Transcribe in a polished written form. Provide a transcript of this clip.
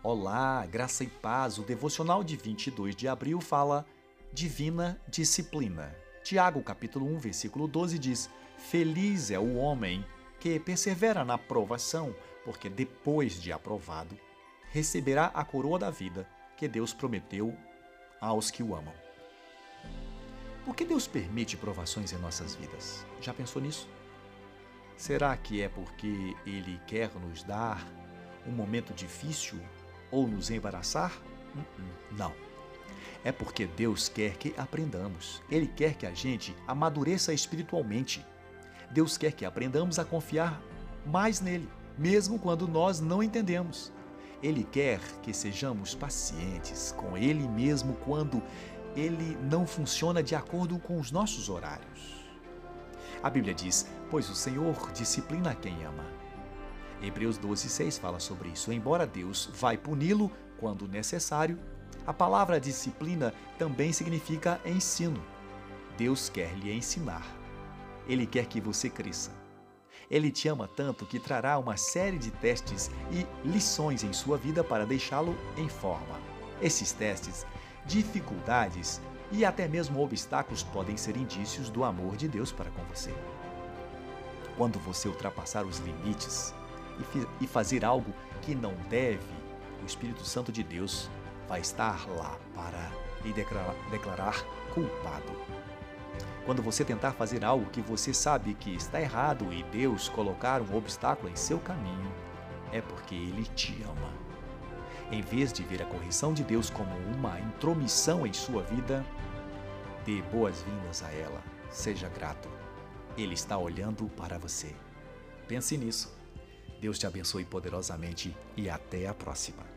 Olá, graça e paz. O devocional de 22 de abril fala divina disciplina. Tiago, capítulo 1, versículo 12 diz: Feliz é o homem que persevera na provação, porque depois de aprovado, receberá a coroa da vida que Deus prometeu aos que o amam. Por que Deus permite provações em nossas vidas? Já pensou nisso? Será que é porque Ele quer nos dar um momento difícil ou nos embaraçar? Não. É porque Deus quer que aprendamos. Ele quer que a gente amadureça espiritualmente. Deus quer que aprendamos a confiar mais nele, mesmo quando nós não entendemos. Ele quer que sejamos pacientes com Ele mesmo quando Ele não funciona de acordo com os nossos horários. A Bíblia diz: pois o Senhor disciplina quem ama. Hebreus 12:6 fala sobre isso. Embora Deus vai puni-lo quando necessário, a palavra disciplina também significa ensino. Deus quer lhe ensinar. Ele quer que você cresça. Ele te ama tanto que trará uma série de testes e lições em sua vida para deixá-lo em forma. Esses testes, dificuldades e até mesmo obstáculos podem ser indícios do amor de Deus para com você. Quando você ultrapassar os limites e fazer algo que não deve, o Espírito Santo de Deus vai estar lá para lhe declarar culpado. Quando você tentar fazer algo que você sabe que está errado e Deus colocar um obstáculo em seu caminho, é porque Ele te ama. Em vez de ver a correção de Deus como uma intromissão em sua vida, dê boas-vindas a ela. Seja grato. Ele está olhando para você. Pense nisso. Deus te abençoe poderosamente e até a próxima.